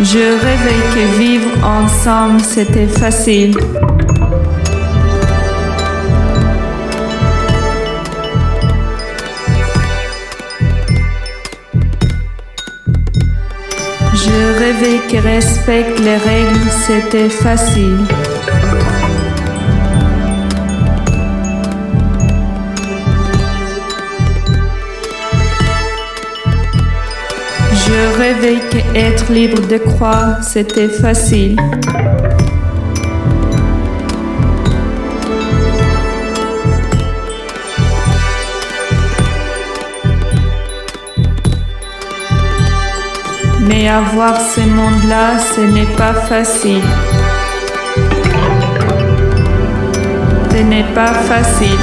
Je rêvais que vivre ensemble c'était facile. Je rêvais que respecter les règles c'était facile. Je rêvais qu'être libre de croire, c'était facile. Mais avoir ce monde-là, ce n'est pas facile. Ce n'est pas facile.